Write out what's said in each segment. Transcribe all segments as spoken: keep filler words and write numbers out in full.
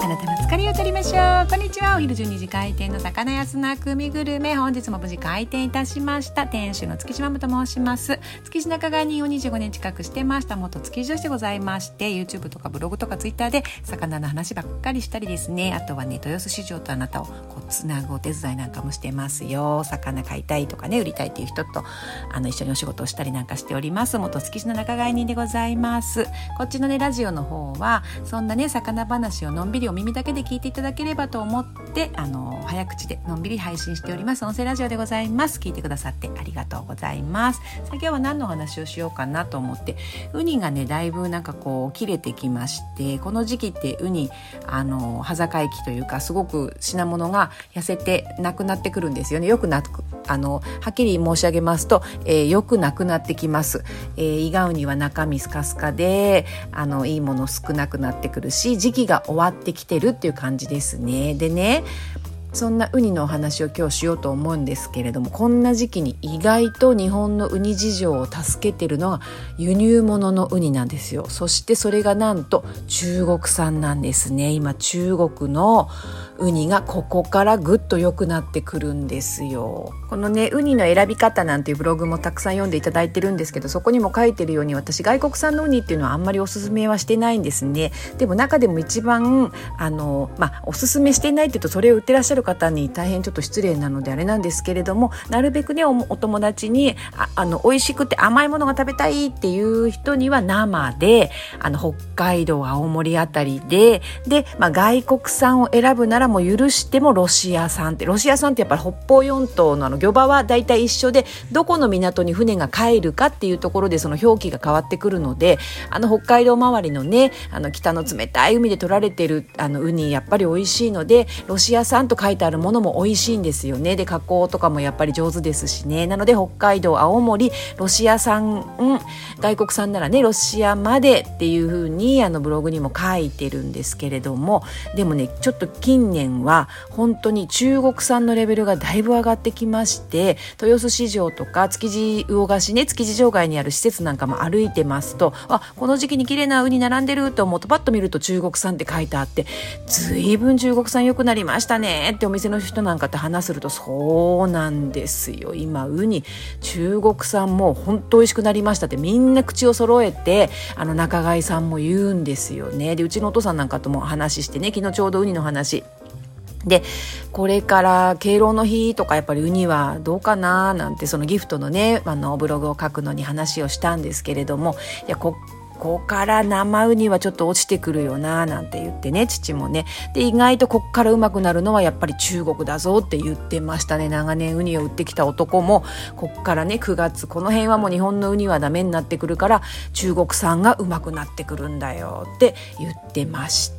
なたの疲れを取りましょう。こんにちは。お昼じゅうにじ開店の魚屋スナック海グルメ、本日も無事開店いたしました。店主の月島と申します。築地仲買人をにじゅうごねん近くしてました元築地女子でございまして、 YouTube とかブログとか Twitter で魚の話ばっかりしたりですね、あとはね豊洲市場とあなたをこうつなぐお手伝いなんかもしてますよ。魚買いたいとかね売りたいっていう人とあの一緒にお仕事をしたりなんかしております。元築地の仲買人でございます。こっちのねラジオの方はそんなね魚話をのんびりお耳だけで聞いていただければと思ってあの早口でのんびり配信しております音声ラジオでございます。聞いてくださってありがとうございます。さあ今日は何の話をしようかなと思って、ウニがねだいぶなんかこう切れてきまして、この時期ってウニあの端境期というかすごく品物が痩せてなくなってくるんですよね。よくなくあのはっきり申し上げますと、えー、よくなくなってきます。えー、イガウニは中身スカスカであのいいもの少なくなってくるし、時期が終わってきてるっていう感じですね。でねそんなウニのお話を今日しようと思うんですけれども、こんな時期に意外と日本のウニ事情を助けてるのが輸入物のウニなんですよ。そしてそれがなんと中国産なんですね。今中国のウニがここからぐっと良くなってくるんですよ。このねウニの選び方なんていうブログもたくさん読んでいただいてるんですけど、そこにも書いてるように私外国産のウニっていうのはあんまりおすすめはしてないんですね。でも中でも一番あの、まあ、おすすめしてないっていうとそれを売ってらっしゃる方に大変ちょっと失礼なのであれなんですけれども、なるべくね お, お友達にああの美味しくて甘いものが食べたいっていう人には生であの北海道青森あたりでで、まあ、外国産を選ぶならもう許してもロシア産ってロシア産ってやっぱり北方四島のあの漁場はだいたい一緒で、どこの港に船が帰るかっていうところでその表記が変わってくるので、あの北海道周りのねあの北の冷たい海で取られてるあのウニやっぱり美味しいので、ロシア産と書いてあるものも美味しいんですよね。で加工とかもやっぱり上手ですしね。なので北海道青森ロシア産、うん、外国産ならねロシアまでっていう風にあのブログにも書いてるんですけれども、でもねちょっと近年は本当に中国産のレベルがだいぶ上がってきまして、豊洲市場とか築地魚河岸ね築地場外にある施設なんかも歩いてますと、あこの時期に綺麗なウニ並んでると思うとパッと見ると中国産って書いてあって、ずいぶん中国産良くなりましたねってお店の人なんかと話すると、そうなんですよ今ウニ中国産もう本当美味しくなりましたってみんな口を揃えてあの仲買さんも言うんですよね。でうちのお父さんなんかとも話してね、昨日ちょうどウニの話でこれから敬老の日とかやっぱりウニはどうかななんてそのギフトのねあのブログを書くのに話をしたんですけれども、いやこここから生ウニはちょっと落ちてくるよななんて言ってね、父もねで意外とこっからうまくなるのはやっぱり中国だぞって言ってましたね。長年ウニを売ってきた男もこっからねくがつこの辺はもう日本のウニはダメになってくるから中国産がうまくなってくるんだよって言ってました。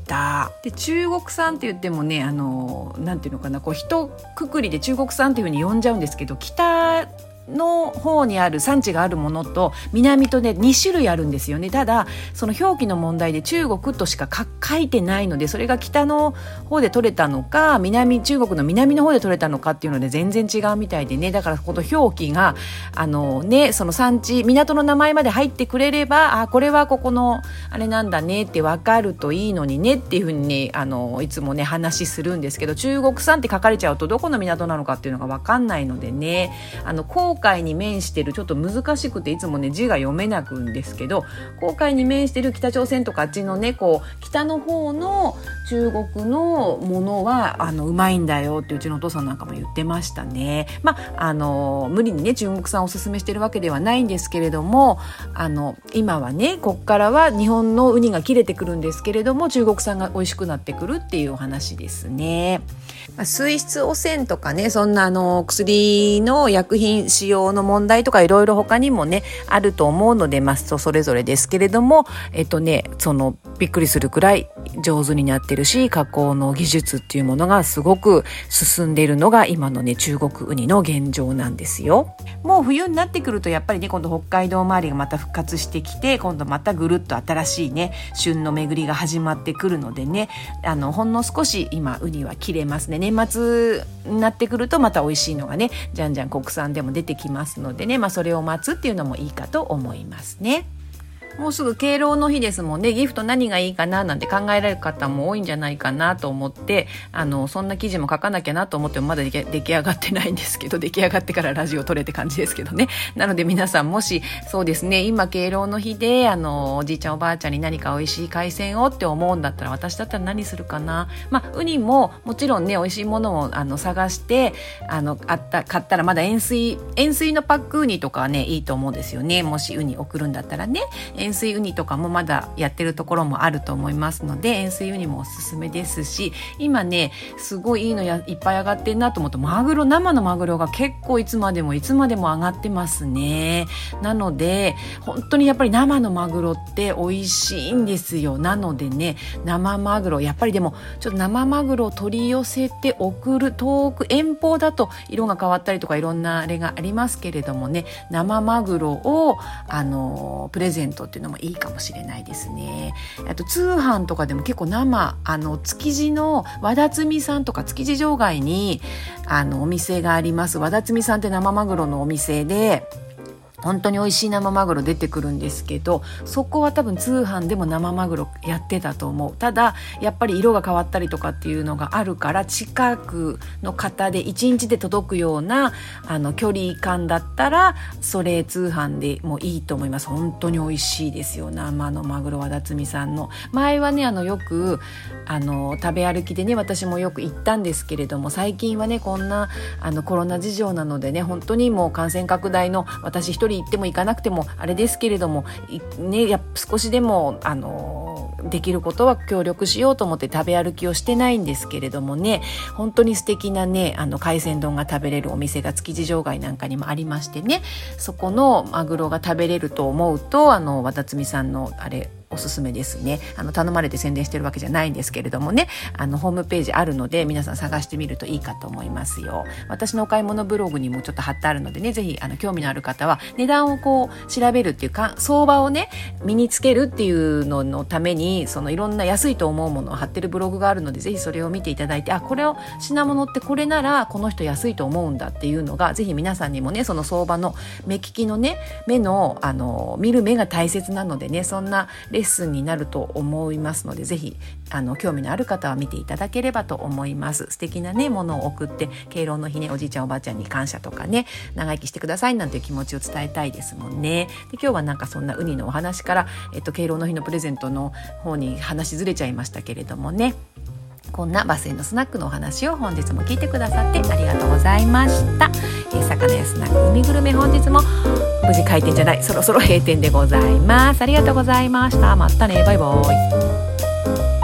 で中国産って言ってもねあのなんていうのかなこう一括りで中国産っていう風に呼んじゃうんですけど、北の方にある産地があるものと南とねに種類あるんですよね。ただその表記の問題で中国としか書いてないので、それが北の方で取れたのか南中国の南の方で取れたのかっていうので全然違うみたいでね、だからこの表記があのねその産地港の名前まで入ってくれれば、あこれはここのあれなんだねって分かるといいのにねっていうふうにねあのいつもね話するんですけど、中国産って書かれちゃうとどこの港なのかっていうのが分かんないのでね、あの航海に面してるちょっと難しくていつもね字が読めなくんですけど、航海に面してる北朝鮮とかあっちのねこう北の方の中国のものはあのうまいんだよってうちのお父さんなんかも言ってましたね。まああの無理にね中国産をおすすめしてるわけではないんですけれども、あの今はねこっからは日本のウニが切れてくるんですけれども中国産が美味しくなってくるっていうお話ですね。まあ、水質汚染とかねそんなあの薬の薬品使用の問題とかいろいろ他にもねあると思うので、まあ、それぞれですけれども、えっとねそのびっくりするくらい上手になってるし加工の技術っていうものがすごく進んでいるのが今のね中国ウニの現状なんですよ。もう冬になってくるとやっぱりね今度北海道周りがまた復活してきて、今度またぐるっと新しいね旬の巡りが始まってくるのでね、あのほんの少し今ウニは切れますね。年末になってくるとまた美味しいのがねじゃんじゃん国産でも出てきますのでね、まあ、それを待つっていうのもいいかと思いますね。 もうすぐ敬老の日ですもんね。ギフト何がいいかななんて考えられる方も多いんじゃないかなと思って、あのそんな記事も書かなきゃなと思ってもまだ出来上がってないんですけど、出来上がってからラジオ撮れって感じですけどね。なので皆さんもしそうですね、今敬老の日であのおじいちゃんおばあちゃんに何か美味しい海鮮をって思うんだったら、私だったら何するかな。まあウニももちろんね、美味しいものをあの探してあのあった買ったら、まだ塩水塩水のパックウニとかはねいいと思うんですよね。もしウニ送るんだったらね、塩水ウニとかもまだやってるところもあると思いますので、塩水ウニもおすすめですし、今ねすごいいいのやいっぱい上がってんなと思うと、マグロ生のマグロが結構いつまでもいつまでも上がってますね。なので本当にやっぱり生のマグロって美味しいんですよ。なのでね、生マグロやっぱりでもちょっと生マグロを取り寄せて送る、遠く遠方だと色が変わったりとかいろんなあれがありますけれどもね、生マグロをあのプレゼントっていうのもいいかもしれないですね。あと通販とかでも結構生、あの築地の和田摘さんとか築地場外にあのお店があります。和田摘さんって生マグロのお店で本当に美味しい生マグロ出てくるんですけど、そこは多分通販でも生マグロやってたと思う。ただやっぱり色が変わったりとかっていうのがあるから、近くの方でいちにちで届くようなあの距離感だったらそれ通販でもいいと思います。本当に美味しいですよ、生のマグロはだつみさんの。前はねあのよくあの食べ歩きでね、私もよく行ったんですけれども、最近はねこんなあのコロナ事情なのでね、本当にもう感染拡大の、私一人行っても行かなくてもあれですけれども、ね、や少しでもあのできることは協力しようと思って食べ歩きをしてないんですけれどもね、本当に素敵なねあの海鮮丼が食べれるお店が築地場外なんかにもありましてね、そこのマグロが食べれると思うと、あの和田摘さんのあれおすすめですね。あの頼まれて宣伝してるわけじゃないんですけれどもね、あのホームページあるので皆さん探してみるといいかと思いますよ。私のお買い物ブログにもちょっと貼ってあるのでね、ぜひあの興味のある方は値段をこう調べるっていうか、相場をね身につけるっていうののために、そのいろんな安いと思うものを貼ってるブログがあるので、ぜひそれを見ていただいて、あ、これを品物ってこれならこの人安いと思うんだっていうのが、ぜひ皆さんにもねその相場の目利きのね、目のあの見る目が大切なのでね、そんなレッスンになると思いますので、ぜひあの興味のある方は見ていただければと思います。素敵なねものを送って、敬老の日ね、おじいちゃんおばあちゃんに感謝とかね、長生きしてくださいなんていう気持ちを伝えたいですもんね。で今日はなんかそんなウニのお話から、えっと、敬老の日のプレゼントの方に話ずれちゃいましたけれどもね、こんなバスへのスナックのお話を本日も聞いてくださってありがとうございました。えー、魚屋スナック海グルメ、本日も無事開店じゃない、そろそろ閉店でございます。ありがとうございました。またね、バイバイ。